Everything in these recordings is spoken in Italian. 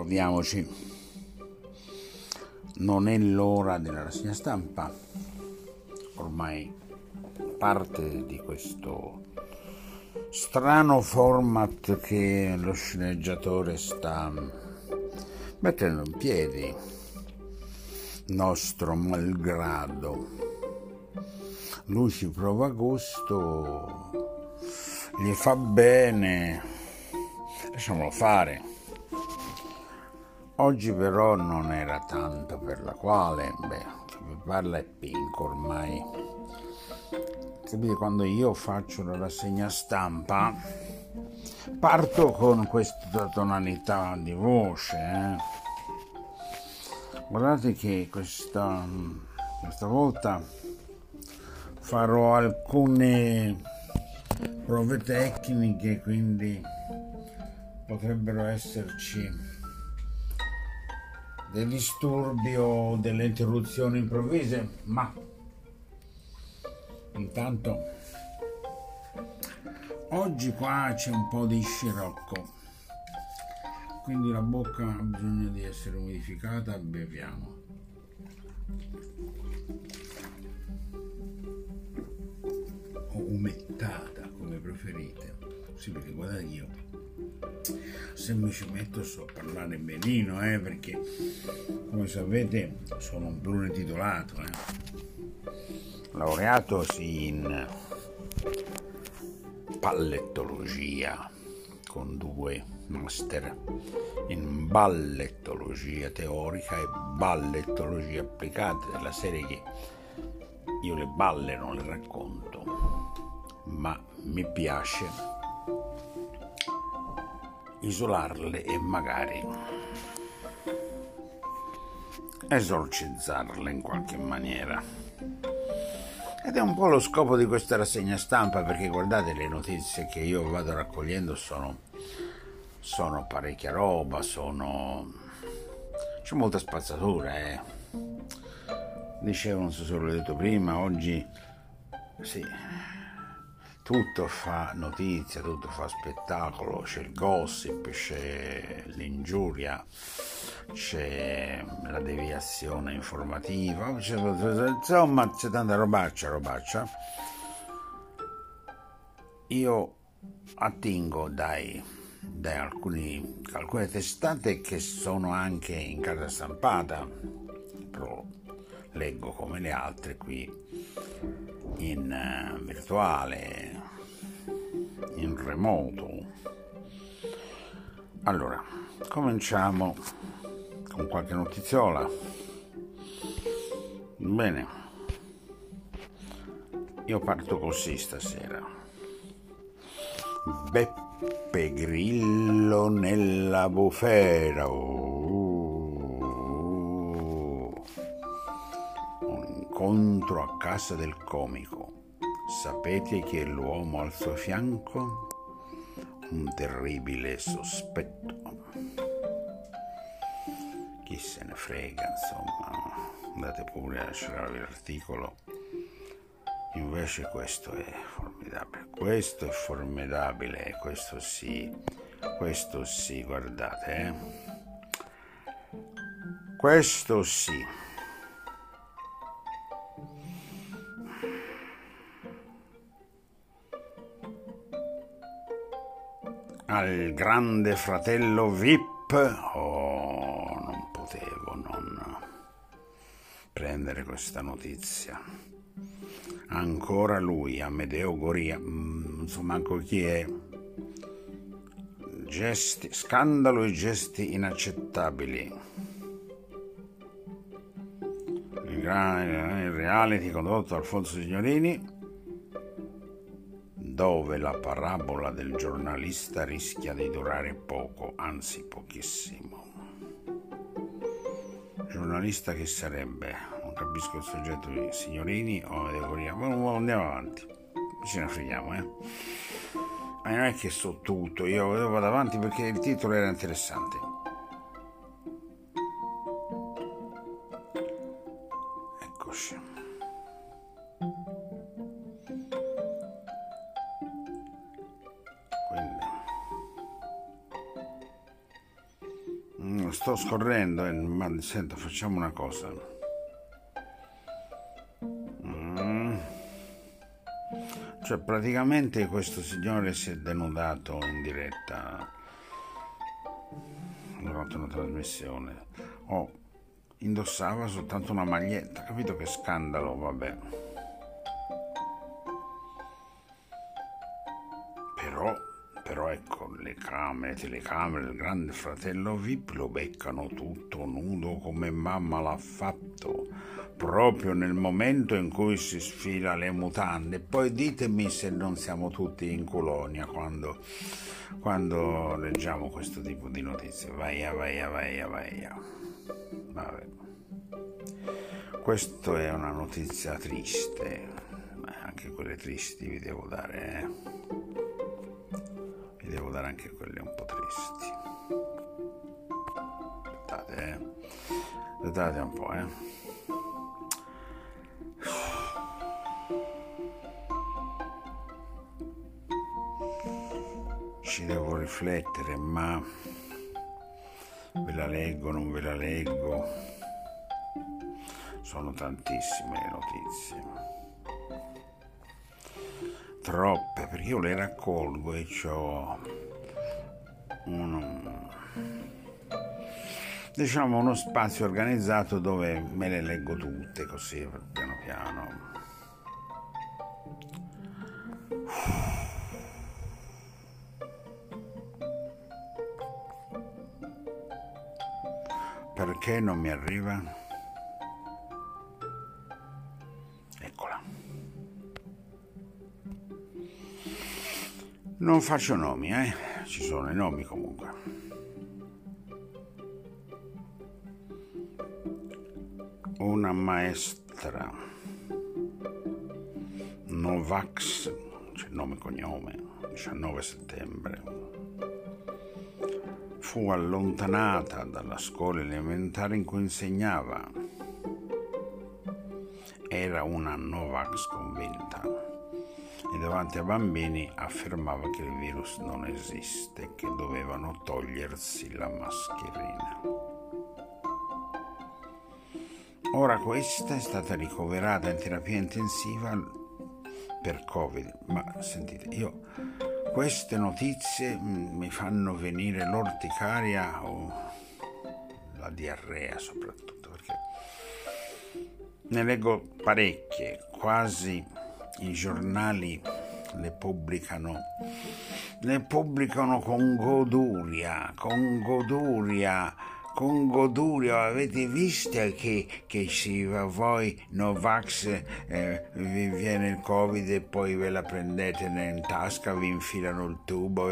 proviamoci. Non è l'ora della rassegna stampa, ormai parte di questo strano format che lo sceneggiatore sta mettendo in piedi, nostro malgrado. Lui ci prova gusto, gli fa bene, lasciamolo fare. Oggi però non era tanto per la quale, chi vi parla è Pinco ormai. Capite, quando io faccio la rassegna stampa parto con questa tonalità di voce. Guardate che questa volta farò alcune prove tecniche, quindi potrebbero esserci dei disturbi o delle interruzioni improvvise, ma intanto oggi qua c'è un po' di scirocco, quindi la bocca ha bisogno di essere umidificata. Beviamo. O umettata, come preferite. Sì, perché guardate, io se mi ci metto so parlare benino, perché come sapete sono un plurititolato, laureato in pallettologia con 2 master in ballettologia teorica e ballettologia applicata, della serie che io le balle non le racconto, ma mi piace isolarle e magari esorcizzarle in qualche maniera. Ed è un po' lo scopo di questa rassegna stampa, perché guardate, le notizie che io vado raccogliendo sono parecchia roba, c'è molta spazzatura, Dicevo, non so se l'ho detto prima, oggi sì, tutto fa notizia, tutto fa spettacolo, c'è il gossip, c'è l'ingiuria, c'è la deviazione informativa, insomma c'è tanta robaccia. Io attingo da alcune testate che sono anche in carta stampata, però leggo come le altre qui in virtuale, in remoto. Allora, cominciamo con qualche notiziola. Bene, io parto così stasera. Beppe Grillo nella bufera. Un incontro a casa del comico. Sapete chi è l'uomo al suo fianco? Un terribile sospetto. Chi se ne frega, insomma, andate pure a cercare l'articolo. Invece questo è formidabile, questo sì, guardate, questo sì. Al grande fratello VIP, non potevo non prendere questa notizia. Ancora lui, Amedeo Goria, non so manco chi è. Scandalo e gesti inaccettabili. Il reality condotto da Alfonso Signorini, dove la parabola del giornalista rischia di durare poco, anzi pochissimo. Giornalista che sarebbe? Non capisco il soggetto di Signorini o Amedeo Goria. Andiamo avanti, ce ne freghiamo, Ma non è che so tutto, io vado avanti perché il titolo era interessante. Eccoci. sto scorrendo, ma senta, facciamo una cosa. Cioè, praticamente questo signore si è denudato in diretta durante una trasmissione. Indossava soltanto una maglietta, capito che scandalo, vabbè. Però ecco, le telecamere del grande fratello VIP lo beccano tutto nudo come mamma l'ha fatto, proprio nel momento in cui si sfila le mutande. Poi ditemi se non siamo tutti in colonia quando leggiamo questo tipo di notizie. Vaia. Vabbè. Questa è una notizia triste, ma anche quelle tristi vi devo dare, Vi devo dare anche quelle un po' tristi. Aspettate un po', Ci devo riflettere, ma ve la leggo, non ve la leggo? Sono tantissime le notizie, troppe, perché io le raccolgo e c'ho uno spazio organizzato dove me le leggo tutte così piano piano. Perché non mi arriva? Eccola. Non faccio nomi, ci sono i nomi comunque. Una maestra Novax, c'è nome e cognome, 19 settembre, fu allontanata dalla scuola elementare in cui insegnava. Era una Novax convinta e davanti ai bambini affermava che il virus non esiste e che dovevano togliersi la mascherina. Ora questa è stata ricoverata in terapia intensiva per Covid, ma sentite, queste notizie mi fanno venire l'orticaria o la diarrea soprattutto, perché ne leggo parecchie, quasi i giornali le pubblicano con goduria. Avete visto che voi Novax vi viene il Covid e poi ve la prendete in tasca, vi infilano il tubo.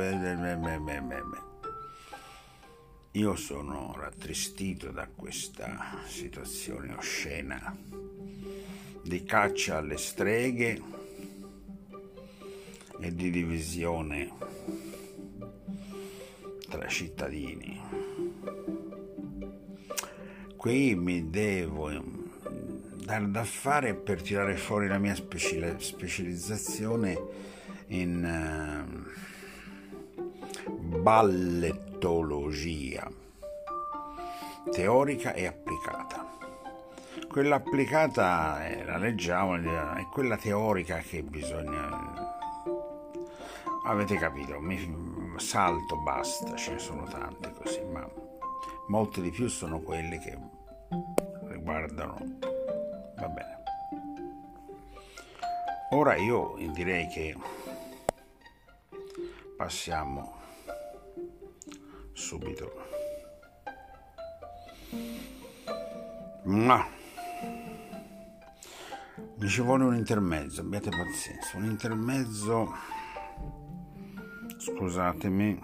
Io sono rattristito da questa situazione oscena di caccia alle streghe e di divisione tra cittadini. Qui mi devo dar da fare per tirare fuori la mia specializzazione in ballettologia teorica e applicata. Quella applicata la leggiamo, è quella teorica che bisogna, avete capito, mi salto, basta, ce ne sono tante così, ma molte di più sono quelle che riguardano, va bene. Ora io direi che passiamo subito. Ma mi ci vuole un intermezzo, abbiate pazienza, un intermezzo, scusatemi.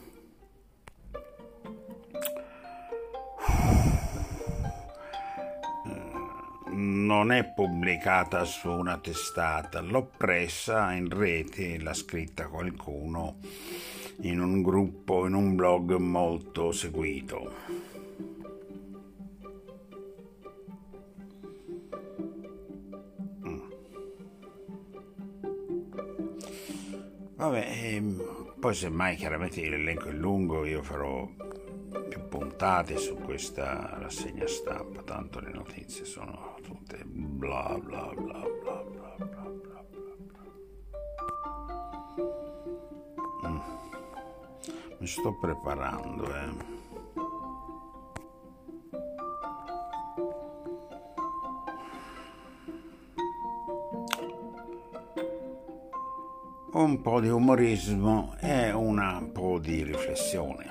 Non è pubblicata su una testata, l'ho presa in rete, l'ha scritta qualcuno in un gruppo, in un blog molto seguito. Vabbè, poi semmai chiaramente l'elenco è lungo, io farò più punti. rivoltati su questa rassegna stampa, tanto le notizie sono tutte bla bla bla bla bla bla bla bla. Mi sto preparando, un po' di umorismo e un po' di riflessione.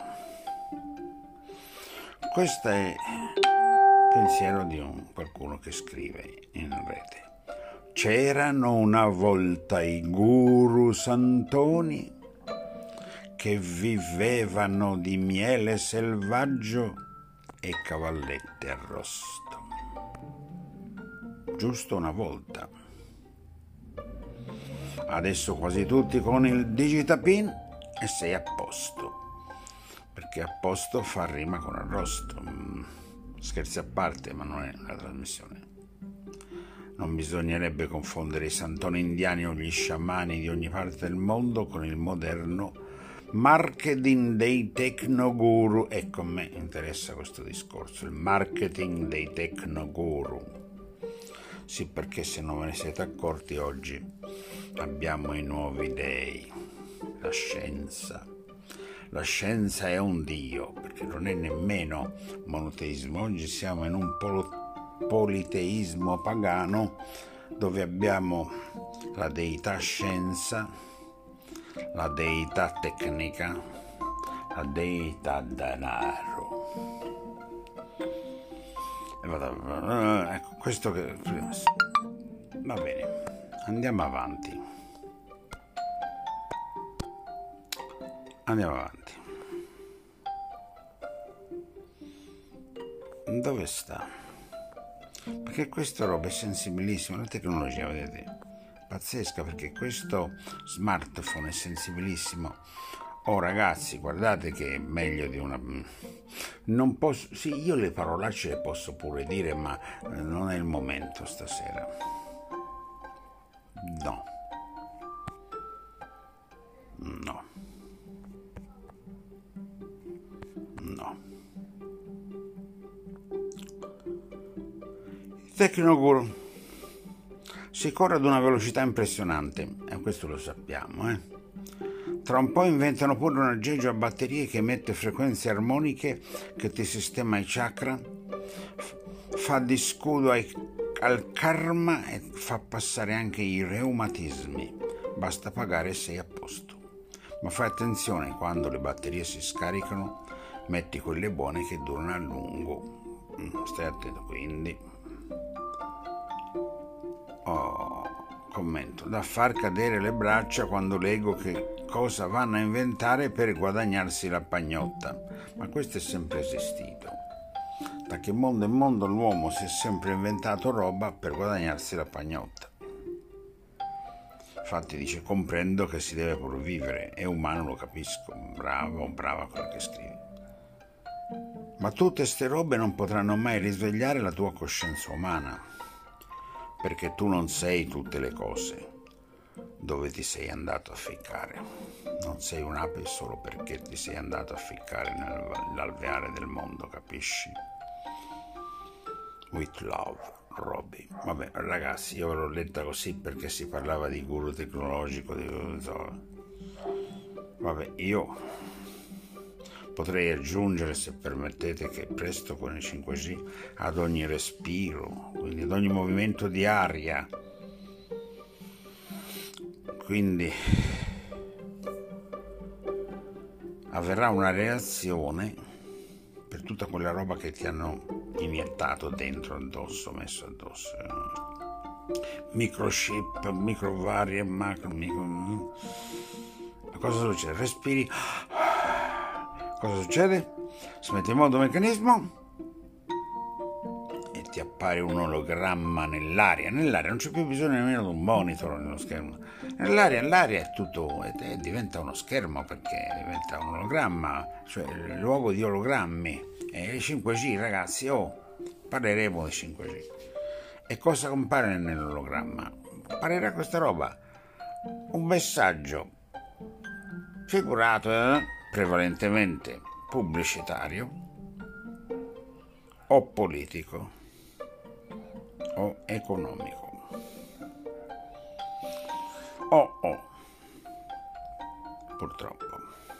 Questo è il pensiero di qualcuno che scrive in rete. C'erano una volta i guru santoni che vivevano di miele selvaggio e cavallette arrosto. Giusto una volta. Adesso quasi tutti con il digitapin e sei a posto, perché a posto fa rima con arrosto. Scherzi a parte, ma non è una trasmissione. Non bisognerebbe confondere i santoni indiani o gli sciamani di ogni parte del mondo con il moderno marketing dei tecnoguru. Ecco, a me interessa questo discorso, il marketing dei tecnoguru. Sì, perché se non ve ne siete accorti, oggi abbiamo i nuovi dei, la scienza. La scienza è un dio, perché non è nemmeno monoteismo. Oggi siamo in un politeismo pagano dove abbiamo la deità scienza, la deità tecnica, la deità denaro. Ecco, questo che va bene, andiamo avanti. Dove sta? Perché questa roba è sensibilissima, la tecnologia, vedete, pazzesca, perché questo smartphone è sensibilissimo. Oh ragazzi, guardate che è meglio di una... Non posso... Sì, io le parolacce le posso pure dire, ma non è il momento stasera. No. Tecnoguru si corre ad una velocità impressionante, e questo lo sappiamo, Tra un po' inventano pure un aggeggio a batterie che emette frequenze armoniche che ti sistema i chakra, fa di scudo al karma e fa passare anche i reumatismi. Basta pagare e sei a posto. Ma fai attenzione, quando le batterie si scaricano, metti quelle buone che durano a lungo. Stai attento, quindi. Commento, da far cadere le braccia quando leggo che cosa vanno a inventare per guadagnarsi la pagnotta. Ma questo è sempre esistito. Da che mondo è mondo l'uomo si è sempre inventato roba per guadagnarsi la pagnotta. Infatti dice, comprendo che si deve pur vivere, è umano, lo capisco, brava quello che scrivi. Ma tutte ste robe non potranno mai risvegliare la tua coscienza umana, perché tu non sei tutte le cose dove ti sei andato a ficcare. Non sei un'ape solo perché ti sei andato a ficcare nell'alveare del mondo, capisci? With love, Robby. Vabbè, ragazzi, io ve l'ho letta così perché si parlava di guru tecnologico, vabbè, io potrei aggiungere, se permettete, che presto con il 5G ad ogni respiro, quindi ad ogni movimento di aria, quindi avverrà una reazione per tutta quella roba che ti hanno iniettato dentro, addosso, messo addosso. Microchip, microvarie, macro. Cosa succede? Respiri. Cosa succede? Si mette in moto il meccanismo e ti appare un ologramma nell'aria. Nell'aria non c'è più bisogno nemmeno di un monitor nello schermo. L'aria è tutto, diventa uno schermo, perché diventa un ologramma, cioè il luogo di ologrammi. E il 5G, ragazzi, parleremo di 5G. E cosa compare nell'ologramma? Apparirà questa roba, un messaggio figurato, prevalentemente pubblicitario, o politico o economico o purtroppo.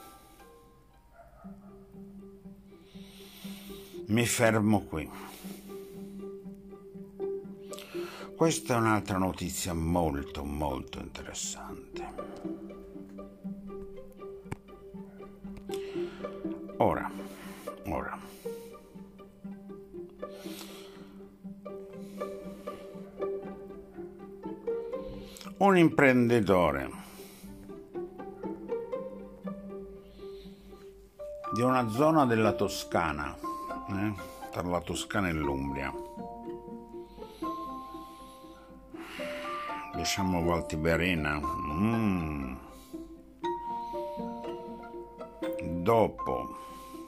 Mi fermo qui. Questa è un'altra notizia molto molto interessante. Ora, un imprenditore di una zona della Toscana, tra la Toscana e l'Umbria, diciamo Val Tiberina, dopo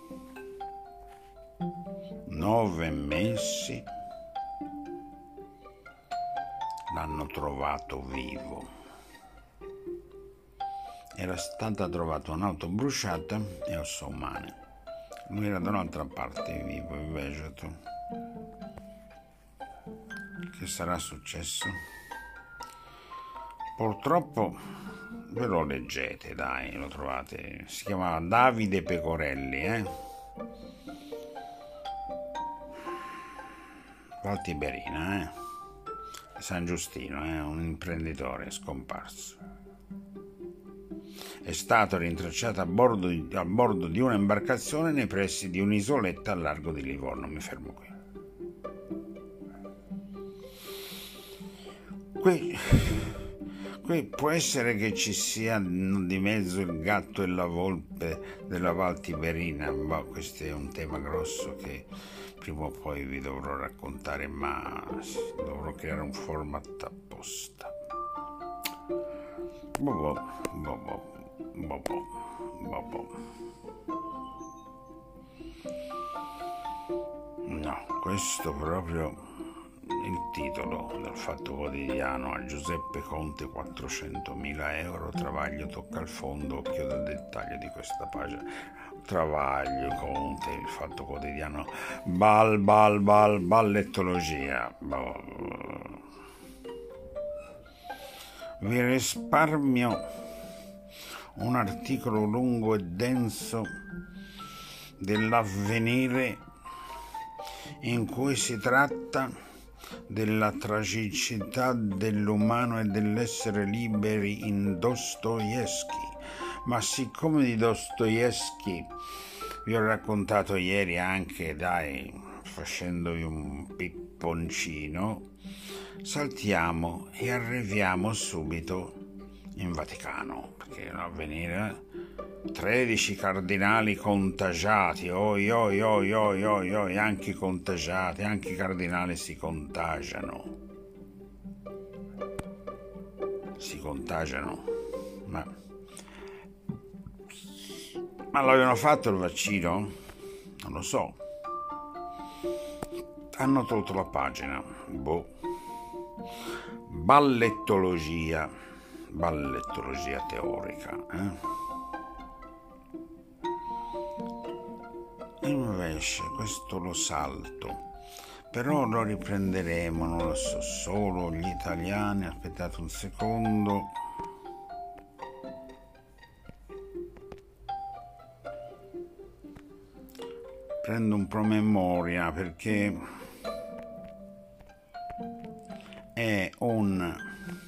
9 mesi l'hanno trovato vivo. Era stata trovata un'auto bruciata e ossa umane. Lui era da un'altra parte vivo e vegeto. Che sarà successo? Purtroppo ve lo leggete, dai, lo trovate. Si chiamava Davide Pecorelli, Val Tiberina, San Giustino, un imprenditore scomparso. È stato rintracciato a bordo di un'imbarcazione nei pressi di un'isoletta al largo di Livorno. Mi fermo qui. Qui può essere che ci sia di mezzo il gatto e la volpe della Val Tiberina, ma questo è un tema grosso che prima o poi vi dovrò raccontare, ma dovrò creare un format apposta. No, questo proprio il titolo del Fatto Quotidiano: a Giuseppe Conte 400.000 euro, Travaglio tocca il fondo, occhio del dettaglio di questa pagina. Travaglio, Conte, il Fatto Quotidiano, ballettologia. Vi risparmio un articolo lungo e denso dell'Avvenire in cui si tratta della tragicità dell'umano e dell'essere liberi in Dostoevskij. Ma siccome di Dostoevskij vi ho raccontato ieri anche, facendovi un pipponcino, saltiamo e arriviamo subito in Vaticano, perché l'Avvenire 13 cardinali contagiati, anche i contagiati, anche i cardinali si contagiano, ma l'avevano fatto il vaccino? Non lo so, hanno tolto la pagina, ballettologia teorica, Invece questo lo salto, però lo riprenderemo, non lo so, solo gli italiani. Aspettate un secondo. Prendo un promemoria perché è un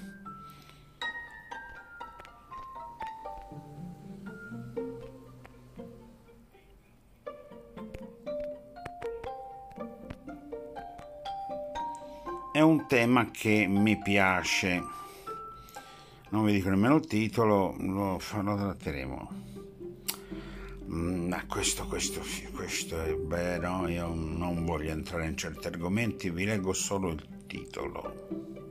tema che mi piace. Non vi dico nemmeno il titolo, lo tratteremo. Questo è no, io non voglio entrare in certi argomenti, vi leggo solo il titolo.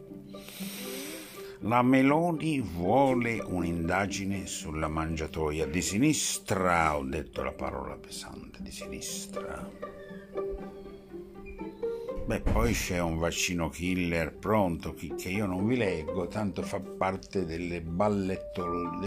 La Meloni vuole un'indagine sulla mangiatoia di sinistra. Ho detto la parola pesante, di sinistra. Poi c'è un vaccino killer pronto che io non vi leggo, tanto fa parte delle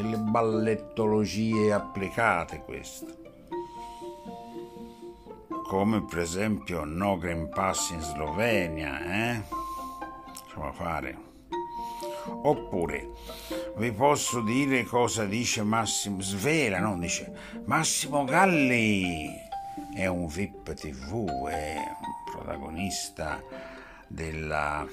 ballettologie applicate questo. come per esempio no Green Pass in Slovenia, Facciamo fare. Oppure vi posso dire cosa dice Massimo Svela, no? Dice Massimo Galli è un VIP TV, è un protagonista della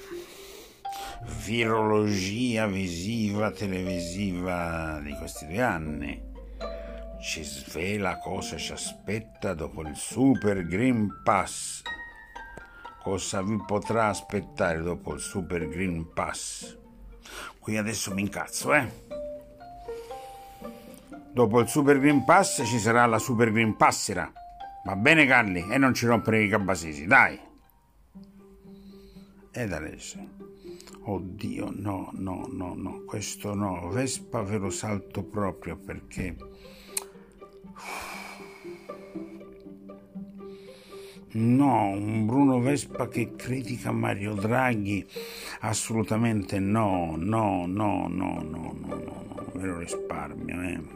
virologia visiva televisiva di questi 2 anni. Ci svela cosa ci aspetta dopo il Super Green Pass. Cosa vi potrà aspettare dopo il Super Green Pass? Qui adesso mi incazzo, Dopo il Super Green Pass ci sarà la Super Green Passera. Va bene, Carli? E non ci rompere i cabasesi, dai! Ed adesso... Oddio, no, questo no. Vespa ve lo salto proprio perché... No, un Bruno Vespa che critica Mario Draghi, assolutamente no, ve lo risparmio,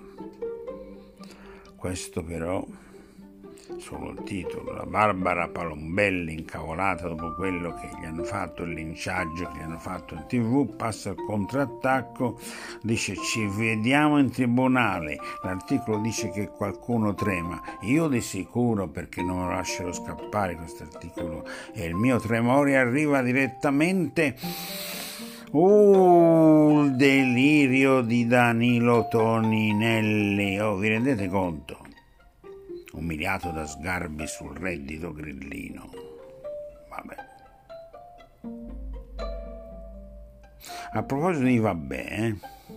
Questo però, solo il titolo, la Barbara Palombelli incavolata dopo quello che gli hanno fatto, il linciaggio che gli hanno fatto in TV, passa al contrattacco, dice ci vediamo in tribunale, l'articolo dice che qualcuno trema, io di sicuro perché non me lo lascerò scappare questo articolo e il mio tremore arriva direttamente. Il delirio di Danilo Toninelli, vi rendete conto? Umiliato da Sgarbi sul reddito grillino. Vabbè. A proposito di vabbè,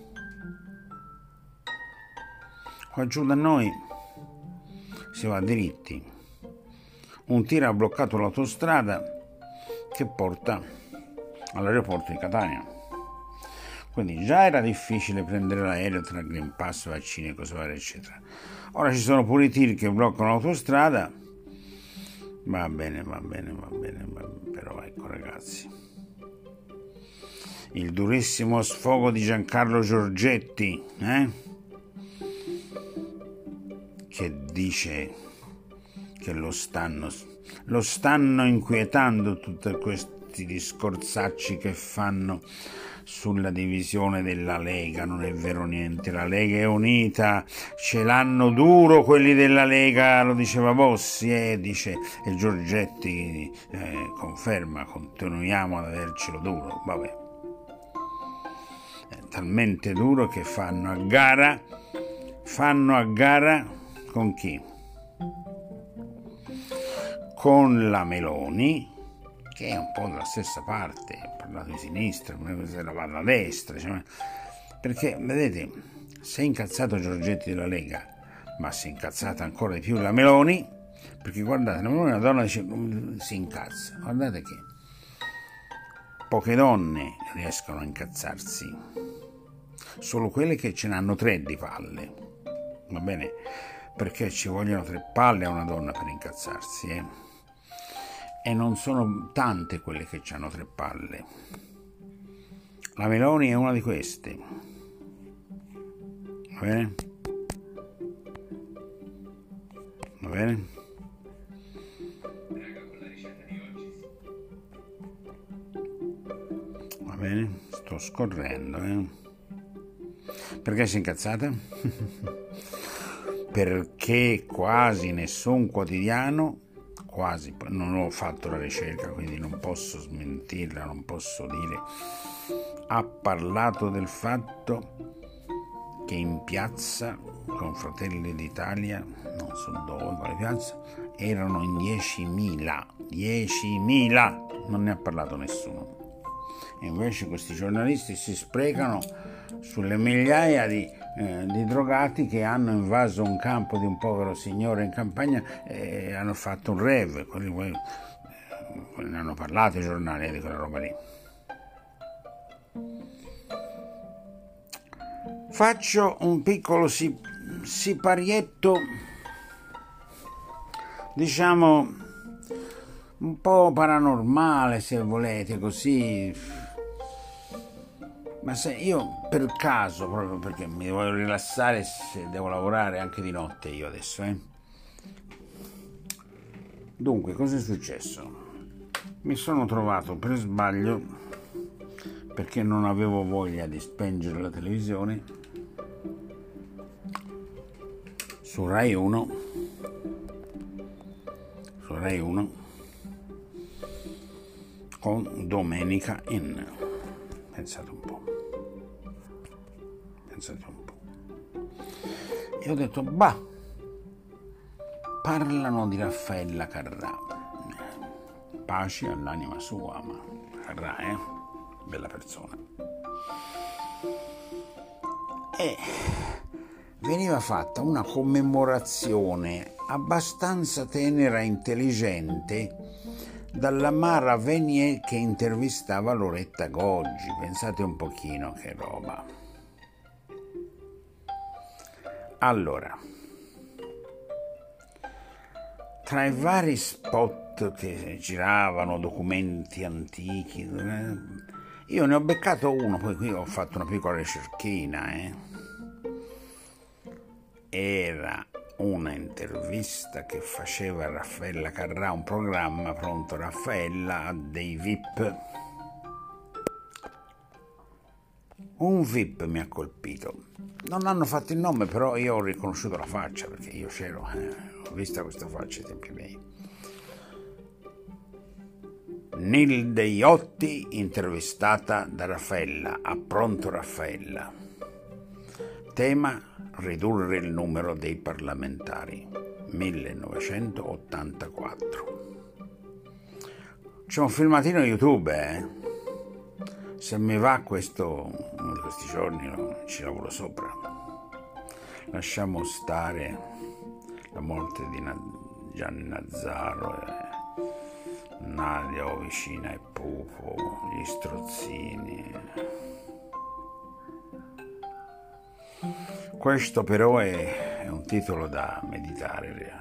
qua giù da noi si va diritti. Un tiro ha bloccato l'autostrada che porta all'aeroporto di Catania. Quindi già era difficile prendere l'aereo tra Green Pass, vaccini e cose varie, eccetera. Ora ci sono pure i tir che bloccano l'autostrada. Va bene, però ecco ragazzi. Il durissimo sfogo di Giancarlo Giorgetti, che dice che lo stanno inquietando tutti questi discorzacci che fanno sulla divisione della Lega. Non è vero niente, la Lega è unita, ce l'hanno duro quelli della Lega, lo diceva Bossi, dice, e Giorgetti conferma, continuiamo ad avercelo duro, vabbè. È talmente duro che fanno a gara con chi? Con la Meloni, che è un po' dalla stessa parte, ha parlato di sinistra, era la destra, perché vedete, si è incazzato Giorgetti della Lega, ma si è incazzata ancora di più la Meloni, perché guardate, la Meloni è una donna che si incazza, guardate che poche donne riescono a incazzarsi, solo quelle che ce n'hanno 3 di palle, va bene? Perché ci vogliono 3 palle a una donna per incazzarsi, E non sono tante quelle che hanno 3 palle. La Meloni è una di queste. Va bene? Va bene? Va bene? Sto scorrendo, Perché si è incazzata? Perché quasi nessun quotidiano, non ho fatto la ricerca, quindi non posso smentirla, non posso dire, ha parlato del fatto che in piazza con Fratelli d'Italia, non so dove, quale piazza, erano in 10.000, non ne ha parlato nessuno. E invece questi giornalisti si sprecano sulle migliaia di drogati che hanno invaso un campo di un povero signore in campagna e hanno fatto un rave. Ne hanno parlato i giornali di quella roba lì. Faccio un piccolo siparietto, diciamo un po' paranormale, se volete, così. Ma se io per caso, proprio perché mi voglio rilassare, se devo lavorare anche di notte io adesso, Dunque, cosa è successo? Mi sono trovato per sbaglio, perché non avevo voglia di spengere la televisione, su Rai 1, con Domenica In. Pensate un po'. E ho detto, parlano di Raffaella Carrà. Pace all'anima sua, ma Carrà, bella persona. E veniva fatta una commemorazione abbastanza tenera e intelligente dalla Mara Venier che intervistava Loretta Goggi. Pensate un pochino che roba. Allora, tra i vari spot che giravano, documenti antichi, io ne ho beccato uno, poi qui ho fatto una piccola ricerchina, Era una intervista che faceva Raffaella Carrà, un programma, Pronto Raffaella, a dei VIP. Un VIP mi ha colpito. Non hanno fatto il nome, però io ho riconosciuto la faccia, perché io c'ero, ho visto questa faccia ai tempi miei. Nilde Iotti, intervistata da Raffaella, a Pronto Raffaella. Tema: ridurre il numero dei parlamentari, 1984. C'è un filmatino YouTube, Se mi va questo, uno di questi giorni, ci lavoro sopra. Lasciamo stare la morte di Gianni Nazzaro, Nadia vicina e Pupo, gli strozzini. Questo però è un titolo da meditare.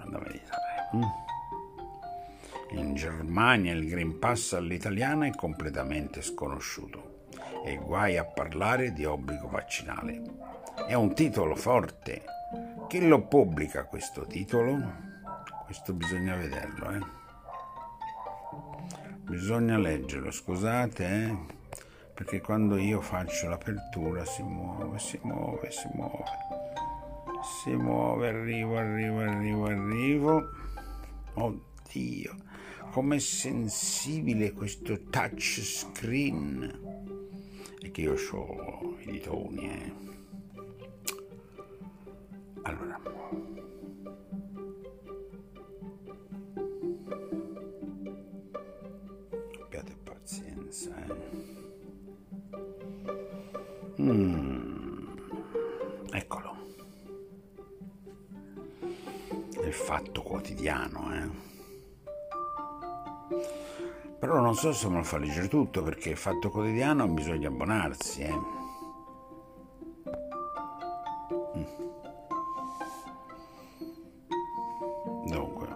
In Germania il Green Pass all'italiana è completamente sconosciuto e guai a parlare di obbligo vaccinale. È un titolo forte. Chi lo pubblica questo titolo? Questo bisogna vederlo, Bisogna leggerlo, scusate, perché quando io faccio l'apertura si muove, arrivo. Oddio, com'è sensibile questo touch screen. E che io ho i ditoni, Allora, abbiate pazienza, Eccolo. Il Fatto Quotidiano, Però non so se me lo fa leggere tutto, perché il Fatto Quotidiano bisogna abbonarsi, Dunque,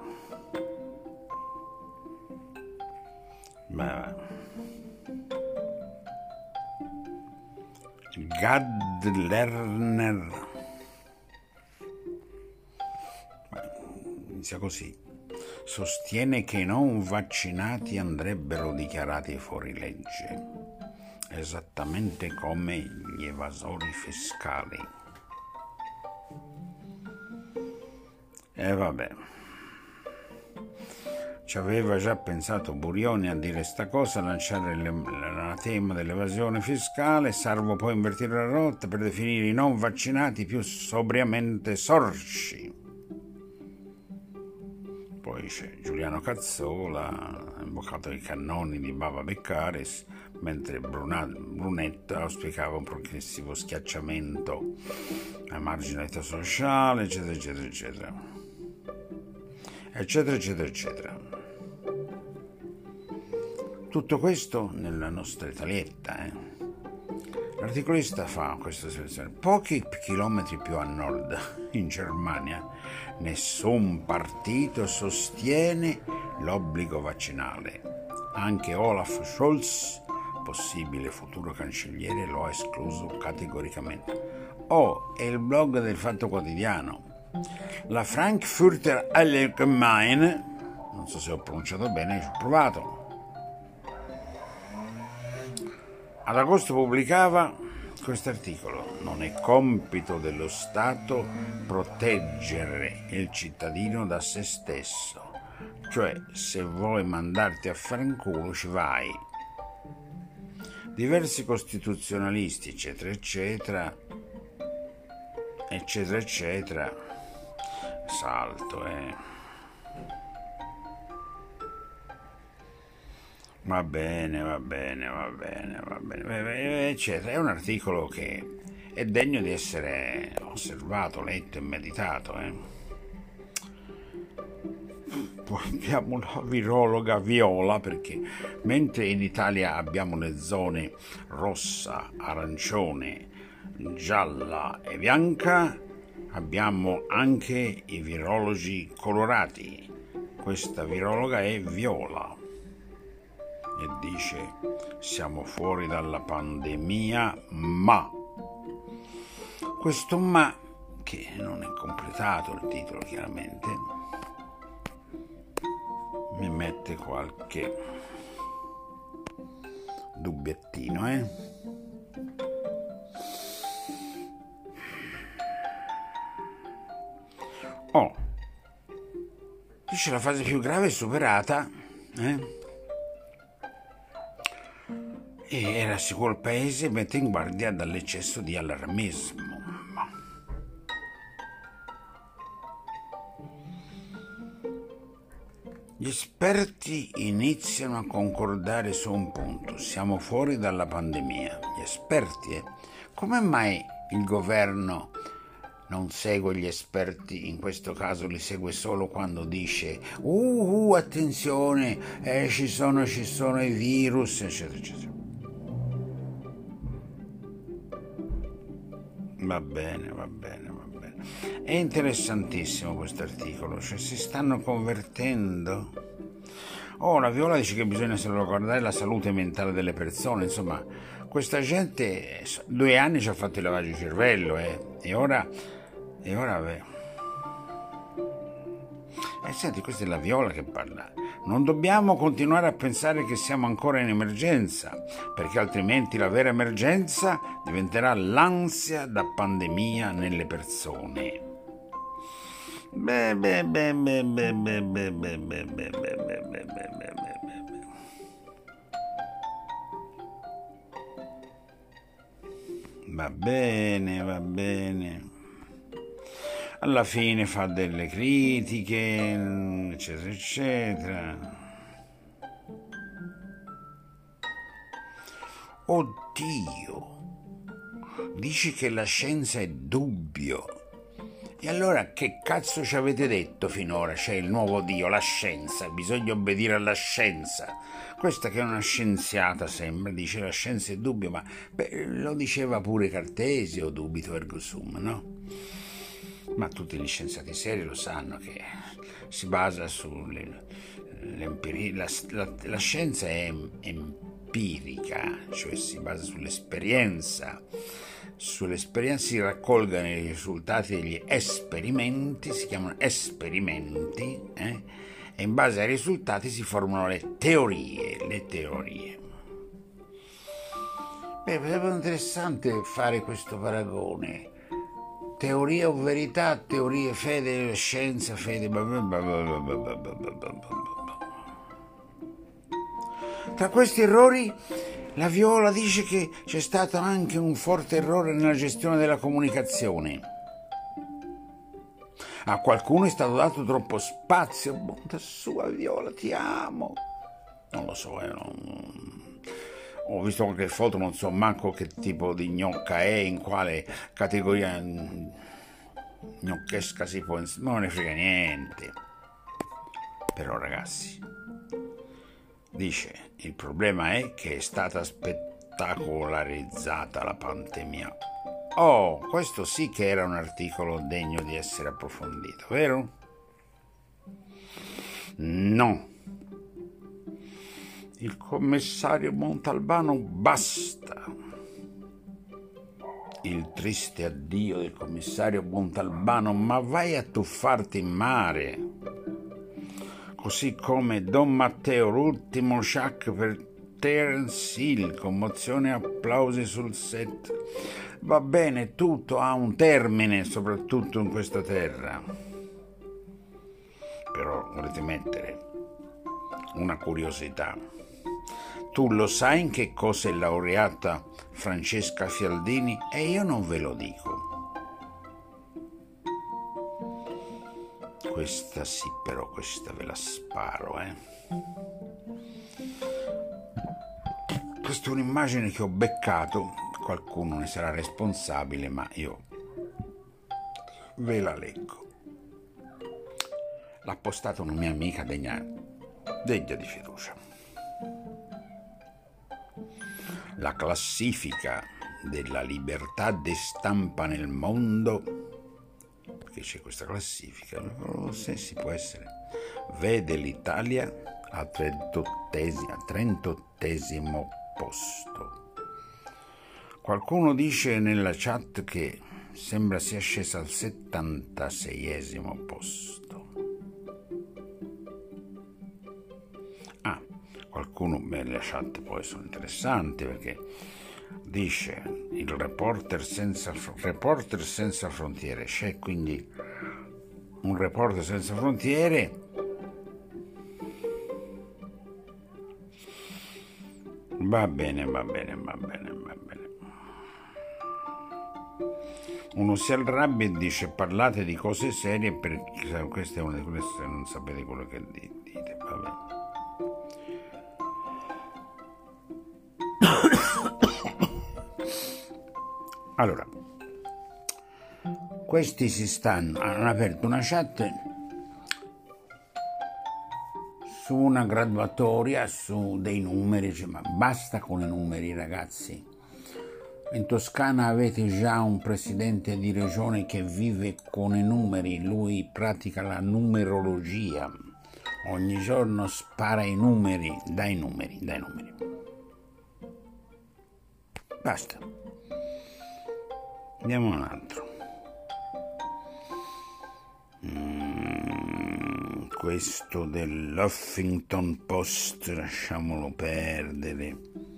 Gad Lerner, inizia così: sostiene che i non vaccinati andrebbero dichiarati fuori legge, esattamente come gli evasori fiscali. E vabbè, ci aveva già pensato Burioni a dire sta cosa, a lanciare l'anatema dell'evasione fiscale, salvo poi invertire la rotta per definire i non vaccinati più sobriamente sorci. Poi c'è Giuliano Cazzola, ha invocato i cannoni di Bava Beccaris, mentre Brunetta auspicava un progressivo schiacciamento a marginalità sociale, eccetera. Tutto questo nella nostra Italietta, L'articolista fa questa selezione: pochi chilometri più a nord, in Germania, nessun partito sostiene l'obbligo vaccinale. Anche Olaf Scholz, possibile futuro cancelliere, lo ha escluso categoricamente. È il blog del Fatto Quotidiano. La Frankfurter Allgemeine non so se ho pronunciato bene, ci ho provato. Ad agosto pubblicava questo articolo: non è compito dello Stato proteggere il cittadino da se stesso, cioè se vuoi mandarti a fare in culo ci vai. Diversi costituzionalisti, eccetera, eccetera, eccetera, eccetera, salto, Va bene, eccetera. È un articolo che è degno di essere osservato, letto e meditato, Poi abbiamo la virologa Viola, perché mentre in Italia abbiamo le zone rossa, arancione, gialla e bianca, abbiamo anche i virologi colorati. Questa virologa è Viola e dice: siamo fuori dalla pandemia, ma questo ma, che non è completato il titolo chiaramente, mi mette qualche dubbiettino, dice la fase più grave è superata, e rassicura il paese e mette in guardia dall'eccesso di allarmismo. Gli esperti iniziano a concordare su un punto: siamo fuori dalla pandemia. Gli esperti, Come mai il governo non segue gli esperti, in questo caso li segue solo quando dice attenzione, ci sono i virus, eccetera, eccetera. Va bene. È interessantissimo questo articolo, cioè si stanno convertendo. La Viola dice che bisogna salvaguardare la salute mentale delle persone, insomma, questa gente 2 anni ci ha fatto il lavaggio di cervello, e ora senti, questa è la Viola che parla. Non dobbiamo continuare a pensare che siamo ancora in emergenza, perché altrimenti la vera emergenza diventerà l'ansia da pandemia nelle persone. Va bene. Alla fine fa delle critiche, eccetera, eccetera. Oddio, dici che la scienza è dubbio. E allora che cazzo ci avete detto finora? C'è il nuovo Dio, la scienza, bisogna obbedire alla scienza. Questa che è una scienziata sembra, dice la scienza è dubbio, ma lo diceva pure Cartesio, dubito ergo sum, no? Ma tutti gli scienziati seri lo sanno che si basa sull'empiria. La scienza è empirica, cioè si basa sull'esperienza. Sull'esperienza si raccolgono i risultati degli esperimenti, si chiamano esperimenti, e in base ai risultati si formano le teorie. Sarebbe interessante fare questo paragone. Teoria o verità, teorie, fede, scienza, fede. Tra questi errori, la Viola dice che c'è stato anche un forte errore nella gestione della comunicazione. A qualcuno è stato dato troppo spazio. Bontà sua, Viola, ti amo. Non lo so, ho visto qualche foto, non so manco che tipo di gnocca è, in quale categoria gnocchesca si può, ma non ne frega niente. Però ragazzi, dice, il problema è che è stata spettacolarizzata la pandemia. Questo sì che era un articolo degno di essere approfondito, vero? No. Il commissario Montalbano basta. Il triste addio del commissario Montalbano, ma vai a tuffarti in mare. così come Don Matteo, l'ultimo Chuck per Terence Hill, commozione e applausi sul set. Va bene, tutto ha un termine, soprattutto in questa terra. Però volete mettere una curiosità. Tu lo sai in che cosa è laureata Francesca Fialdini? E io non ve lo dico. Questa sì, però questa ve la sparo, Questa è un'immagine che ho beccato, qualcuno ne sarà responsabile, ma io ve la leggo. L'ha postata una mia amica degna di fiducia. La classifica della libertà di stampa nel mondo, perché c'è questa classifica, se si può essere, vede l'Italia al 38esimo posto. Qualcuno dice nella chat che sembra sia scesa al 76esimo posto. Qualcuno nella chat poi sono interessanti, perché dice il Reporter senza frontiere, c'è quindi un Reporter senza frontiere. Va bene. Uno si arrabbia e dice parlate di cose serie, perché questa è una di queste, non sapete quello che dite, va bene. Allora, questi hanno aperto una chat su una graduatoria, su dei numeri, ma basta con i numeri, ragazzi. In Toscana avete già un presidente di regione che vive con i numeri, lui pratica la numerologia, ogni giorno spara i numeri, dai numeri. Basta. Andiamo a un altro. Questo dell'Huffington Post, lasciamolo perdere.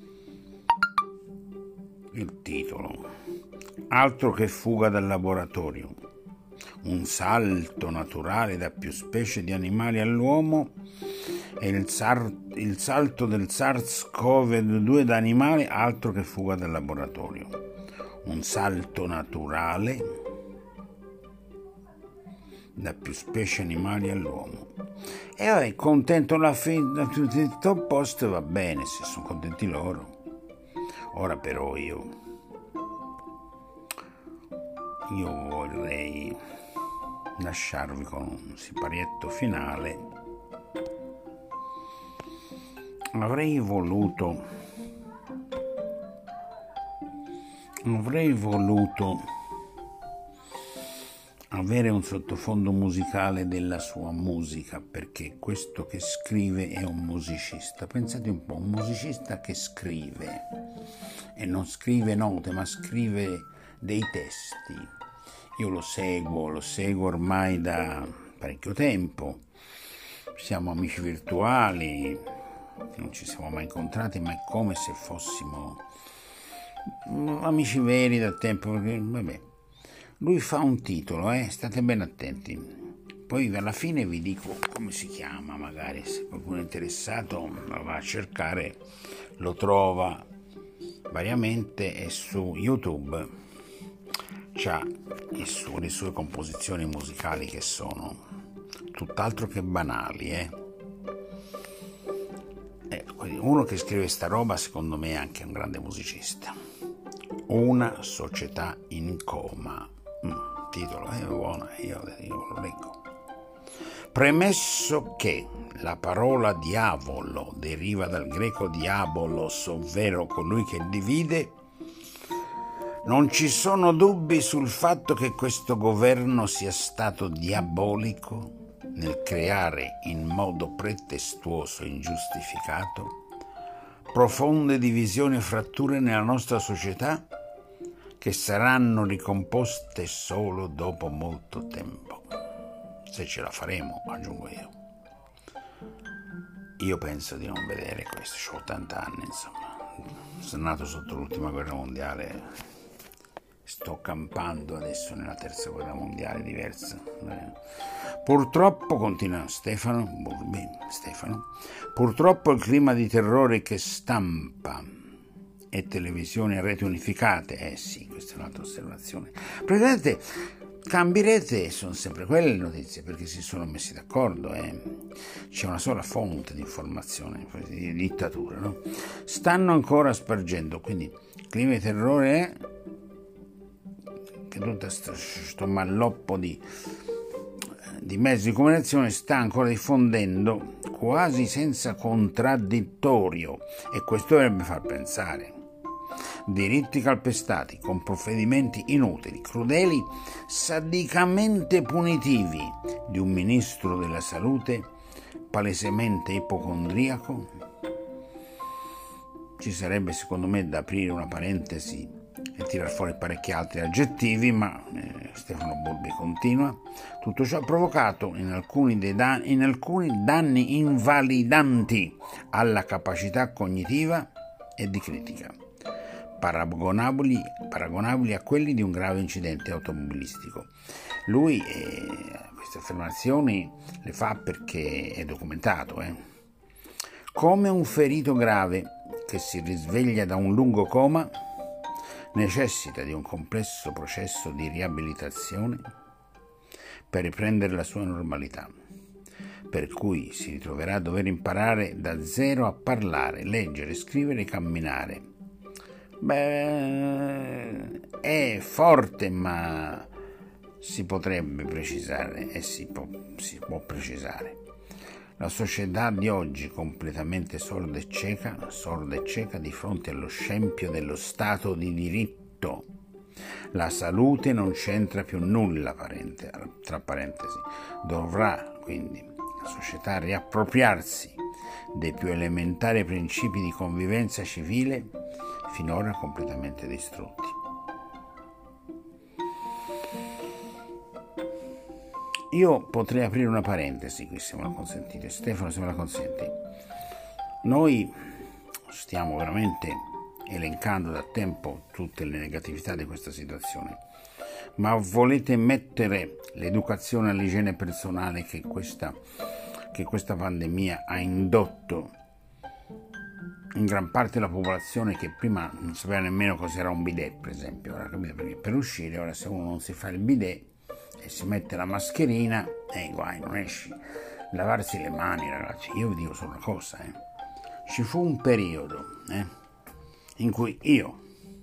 Il titolo: altro che fuga dal laboratorio. Un salto naturale da più specie di animali all'uomo e il salto del SARS-CoV-2 da animale, altro che fuga dal laboratorio. Un salto naturale da più specie animali all'uomo. E vabbè, contento Huffington Post, va bene, se sono contenti loro. Ora però io vorrei lasciarvi con un siparietto finale. Avrei voluto avere un sottofondo musicale della sua musica, perché questo che scrive è un musicista. Pensate un po', un musicista che scrive, e non scrive note, ma scrive dei testi. Io lo seguo ormai da parecchio tempo, siamo amici virtuali, non ci siamo mai incontrati, ma è come se fossimo amici veri da tempo, perché vabbè. Lui fa un titolo, state ben attenti. Poi alla fine vi dico come si chiama, magari se qualcuno è interessato lo va a cercare, lo trova variamente, e su YouTube c'ha le sue composizioni musicali che sono tutt'altro che banali. Uno che scrive sta roba secondo me è anche un grande musicista. Una società in coma. Titolo è buono, io lo leggo. Premesso che la parola diavolo deriva dal greco diabolos, ovvero colui che divide, non ci sono dubbi sul fatto che questo governo sia stato diabolico nel creare in modo pretestuoso e ingiustificato profonde divisioni e fratture nella nostra società, che saranno ricomposte solo dopo molto tempo, se ce la faremo, aggiungo io. Io penso di non vedere questo, ho 80 anni, insomma. Sono nato sotto l'ultima guerra mondiale, sto campando adesso nella terza guerra mondiale diversa. Purtroppo, continua Stefano Burbi, purtroppo il clima di terrore che stampa e televisioni a rete unificate, sì, questa è un'altra osservazione. Presidente, cambierete, sono sempre quelle le notizie, perché si sono messi d'accordo, c'è una sola fonte di informazione, di dittatura, no? Stanno ancora spargendo, quindi clima di terrore che tutto questo malloppo di mezzi di comunicazione sta ancora diffondendo quasi senza contraddittorio, e questo dovrebbe far pensare. Diritti calpestati con provvedimenti inutili, crudeli, sadicamente punitivi di un ministro della salute palesemente ipocondriaco. Ci sarebbe secondo me da aprire una parentesi e tirar fuori parecchi altri aggettivi, ma Stefano Burbi continua. Tutto ciò ha provocato in alcuni danni invalidanti alla capacità cognitiva e di critica, paragonabili a quelli di un grave incidente automobilistico. Lui queste affermazioni le fa perché è documentato. Come un ferito grave che si risveglia da un lungo coma necessita di un complesso processo di riabilitazione per riprendere la sua normalità, per cui si ritroverà a dover imparare da zero a parlare, leggere, scrivere e camminare. È forte, ma si potrebbe precisare e si può precisare. La società di oggi, completamente sorda e cieca di fronte allo scempio dello Stato di diritto. La salute non c'entra più nulla, tra parentesi. Dovrà quindi la società riappropriarsi dei più elementari principi di convivenza civile finora completamente distrutti. Io potrei aprire una parentesi qui, se me la consentite. Stefano, se me la consenti. Noi stiamo veramente elencando da tempo tutte le negatività di questa situazione, ma volete mettere l'educazione all'igiene personale che questa pandemia ha indotto in gran parte della popolazione, che prima non sapeva nemmeno cos'era un bidet, per esempio. Ora, capite? Perché per uscire, ora se uno non si fa il bidet e si mette la mascherina, guai, non esci. Lavarsi le mani, ragazzi, io vi dico solo una cosa, ci fu un periodo in cui io,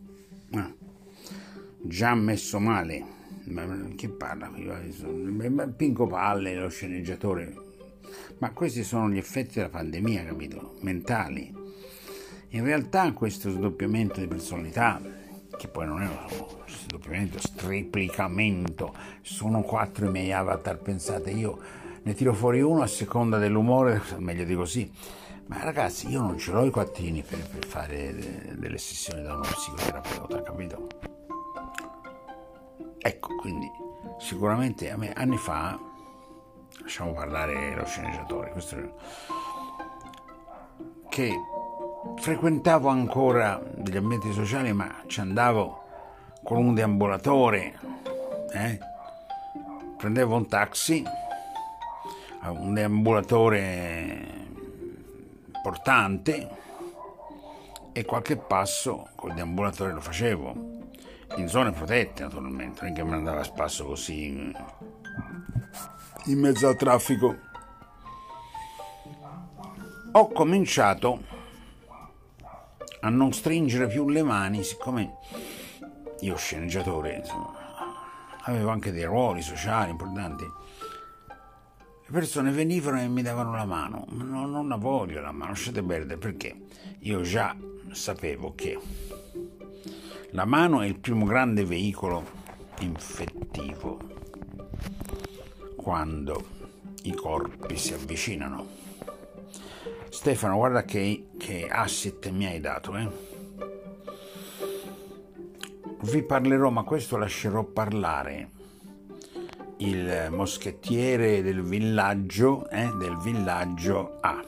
già messo male, chi parla qui? Pinco Palle, lo sceneggiatore, ma questi sono gli effetti della pandemia, capito? Mentali. In realtà questo sdoppiamento di personalità, che poi non è uno sdoppiamento, striplicamento, sono 4 i miei avatar, pensate, io ne tiro fuori uno a seconda dell'umore, meglio di così. Ma ragazzi, io non ce l'ho i quattrini per fare delle sessioni da uno psicoterapeuta, capito? Ecco, quindi sicuramente a me anni fa, lasciamo parlare lo sceneggiatore, che frequentavo ancora degli ambienti sociali, ma ci andavo con un deambulatore, prendevo un taxi, un deambulatore importante, e qualche passo col deambulatore lo facevo in zone protette, naturalmente, non è che mi andava a spasso così in mezzo al traffico. Ho cominciato a non stringere più le mani, siccome io sceneggiatore, insomma, avevo anche dei ruoli sociali importanti. Le persone venivano e mi davano la mano, ma non la voglio la mano, lasciate perdere, perché io già sapevo che la mano è il primo grande veicolo infettivo quando i corpi si avvicinano. Stefano, guarda che asset mi hai dato, Vi parlerò, ma questo lascerò parlare il moschettiere del villaggio A.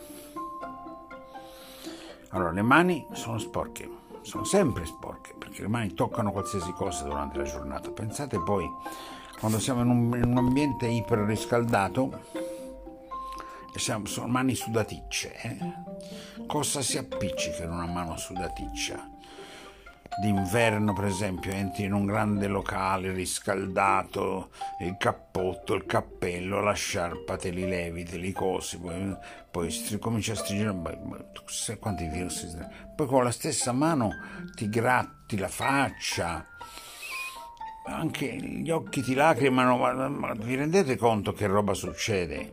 Allora, le mani sono sporche, sono sempre sporche, perché le mani toccano qualsiasi cosa durante la giornata. Pensate poi, quando siamo in un ambiente iperriscaldato, e sono mani sudaticce, cosa si appiccica in una mano sudaticcia? D'inverno, per esempio, entri in un grande locale riscaldato, il cappotto, il cappello, la sciarpa, te li levi, te li cosi, poi cominci a stringere, quanti virus, poi con la stessa mano ti gratti la faccia, anche gli occhi ti lacrimano, ma vi rendete conto che roba succede?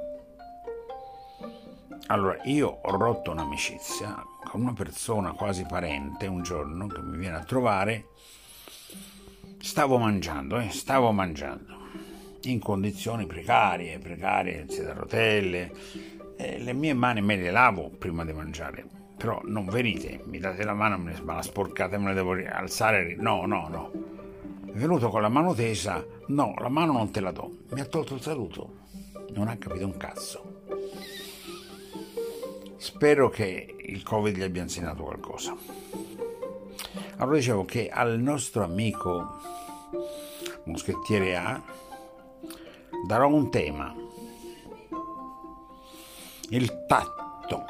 Allora, io ho rotto un'amicizia con una persona quasi parente un giorno che mi viene a trovare. Stavo mangiando in condizioni precarie, sedia a rotelle, le mie mani me le lavo prima di mangiare, però non venite, mi date la mano, me la sporcate, me la devo alzare, no. È venuto con la mano tesa, no, la mano non te la do, mi ha tolto il saluto, non ha capito un cazzo. Spero che il Covid gli abbia insegnato qualcosa. Allora dicevo che al nostro amico moschettiere A darò un tema: il tatto.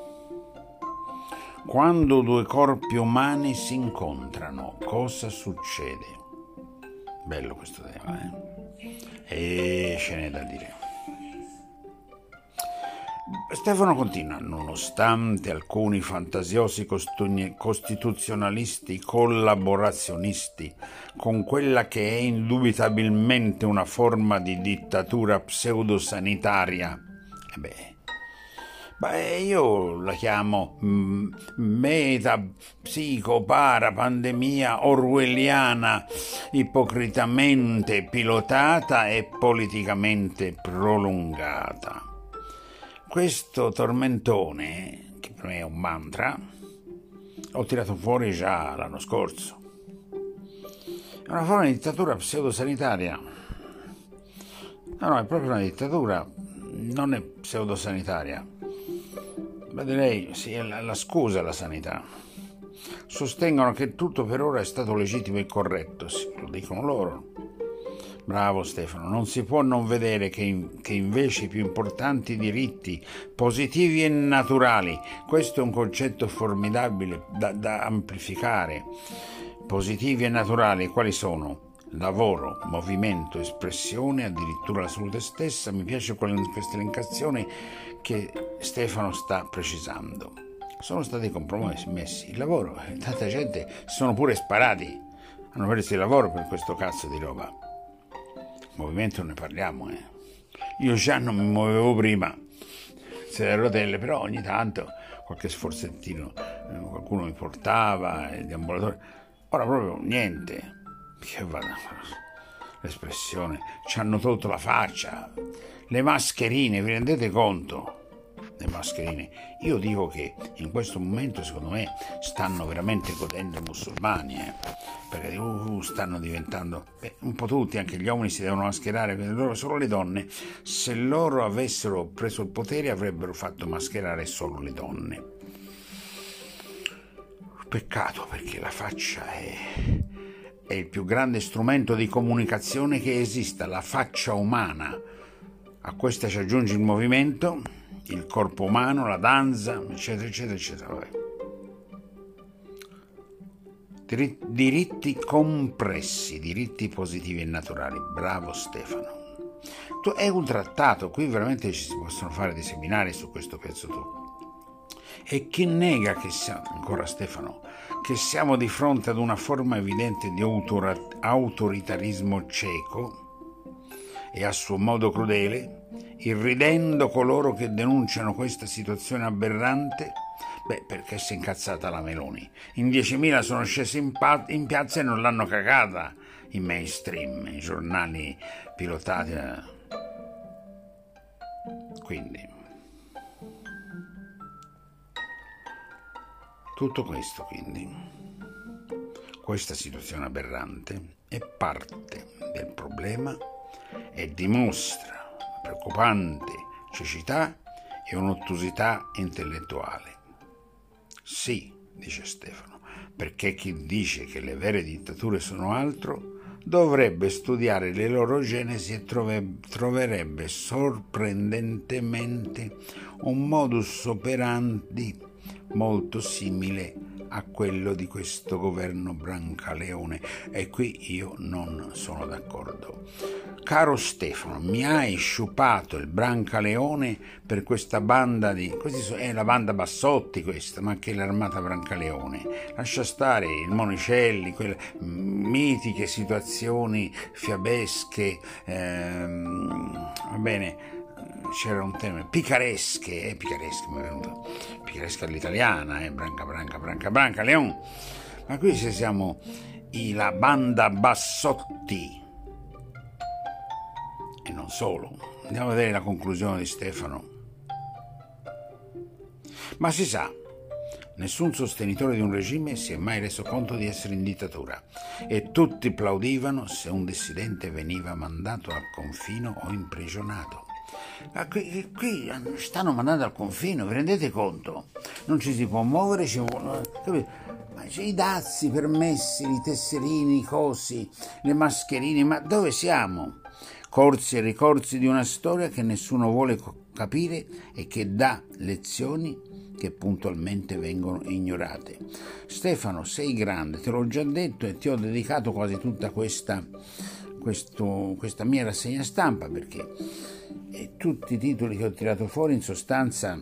Quando due corpi umani si incontrano, cosa succede? Bello questo tema, E ce n'è da dire. Stefano continua: nonostante alcuni fantasiosi costituzionalisti collaborazionisti con quella che è indubitabilmente una forma di dittatura pseudosanitaria, io la chiamo pandemia orwelliana, ipocritamente pilotata e politicamente prolungata. Questo tormentone, che per me è un mantra, l'ho tirato fuori già l'anno scorso. È una forma di dittatura pseudosanitaria. No, è proprio una dittatura, non è pseudosanitaria. Ma direi, sì, è la scusa alla sanità. Sostengono che tutto per ora è stato legittimo e corretto, sì, lo dicono loro. Bravo Stefano, non si può non vedere che invece i più importanti diritti positivi e naturali, questo è un concetto formidabile da amplificare. Positivi e naturali quali sono? Lavoro, movimento, espressione, addirittura la salute stessa. Mi piace questa elencazione che Stefano sta precisando. Sono stati compromessi il lavoro, tanta gente si sono pure sparati, hanno perso il lavoro per questo cazzo di roba. Movimento ne parliamo, Io già non mi muovevo prima, sedia a rotelle, però ogni tanto qualche sforzettino, qualcuno mi portava, di ambulatorio. Ora proprio niente. Che vada, l'espressione, ci hanno tolto la faccia, le mascherine, vi rendete conto? Le mascherine. Io dico che in questo momento secondo me stanno veramente godendo i musulmani, perché stanno diventando un po' tutti, anche gli uomini si devono mascherare, solo le donne. Se loro avessero preso il potere avrebbero fatto mascherare solo le donne. Peccato, perché la faccia è il più grande strumento di comunicazione che esista, la faccia umana. A questa ci aggiunge il movimento, il corpo umano, la danza, eccetera. Diritti compressi, diritti positivi e naturali. Bravo Stefano. È un trattato, qui veramente ci si possono fare dei seminari su questo pezzo tu. E chi nega che siamo, ancora Stefano, che siamo di fronte ad una forma evidente di autoritarismo cieco e a suo modo crudele, irridendo coloro che denunciano questa situazione aberrante? Perché si è incazzata la Meloni. In 10.000 sono scesi in piazza e non l'hanno cagata i mainstream, i giornali pilotati. Quindi tutto questo, questa situazione aberrante è parte del problema e dimostra preoccupante cecità e un'ottusità intellettuale. Sì, dice Stefano, perché chi dice che le vere dittature sono altro dovrebbe studiare le loro genesi e troverebbe sorprendentemente un modus operandi molto simile a quello di questo governo Brancaleone, e qui io non sono d'accordo. Caro Stefano, mi hai sciupato il Brancaleone per questa banda di... è la banda Bassotti questa, ma che l'armata Brancaleone. Lascia stare il Monicelli, quelle mitiche situazioni fiabesche, va bene, c'era un tema, picaresche mi è venuto, picaresca all'italiana, Branca Leon, ma qui se siamo la banda Bassotti e non solo. Andiamo a vedere la conclusione di Stefano. Ma si sa, nessun sostenitore di un regime si è mai reso conto di essere in dittatura e tutti plaudivano se un dissidente veniva mandato al confino o imprigionato. Qui stanno mandando al confino, vi rendete conto? Non ci si può muovere, ma c'è i dazi, permessi, i tesserini, i cosi, le mascherine, ma dove siamo? Corsi e ricorsi di una storia che nessuno vuole capire e che dà lezioni che puntualmente vengono ignorate. Stefano, sei grande, te l'ho già detto e ti ho dedicato quasi tutta questa mia rassegna stampa, perché tutti i titoli che ho tirato fuori in sostanza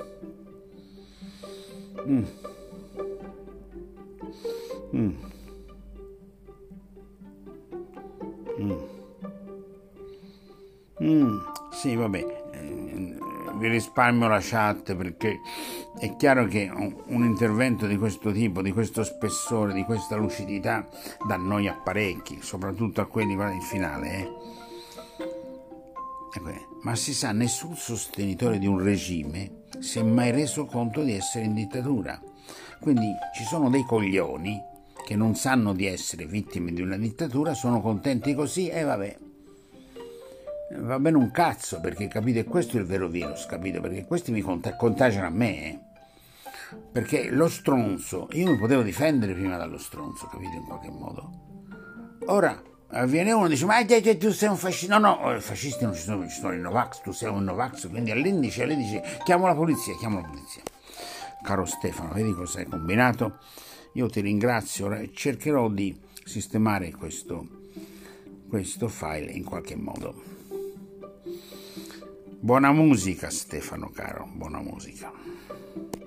sì, vabbè, vi risparmio la chat, perché è chiaro che un intervento di questo tipo, di questo spessore, di questa lucidità dà noia a parecchi, soprattutto a quelli, guarda il finale, Ma si sa, nessun sostenitore di un regime si è mai reso conto di essere in dittatura. Quindi ci sono dei coglioni che non sanno di essere vittime di una dittatura, sono contenti così e vabbè. Va bene un cazzo, perché capite, questo è il vero virus, capite? Perché questi mi contagiano a me, Perché lo stronzo, io mi potevo difendere prima dallo stronzo, capite, in qualche modo. Ora viene uno e dice, ma tu sei un fascista. No, fascisti non ci sono i Novax, tu sei un Novax, quindi all'indice lei dice, chiamo la polizia. Caro Stefano, vedi cosa hai combinato? Io ti ringrazio, ora cercherò di sistemare questo file in qualche modo. Buona musica, Stefano caro, buona musica.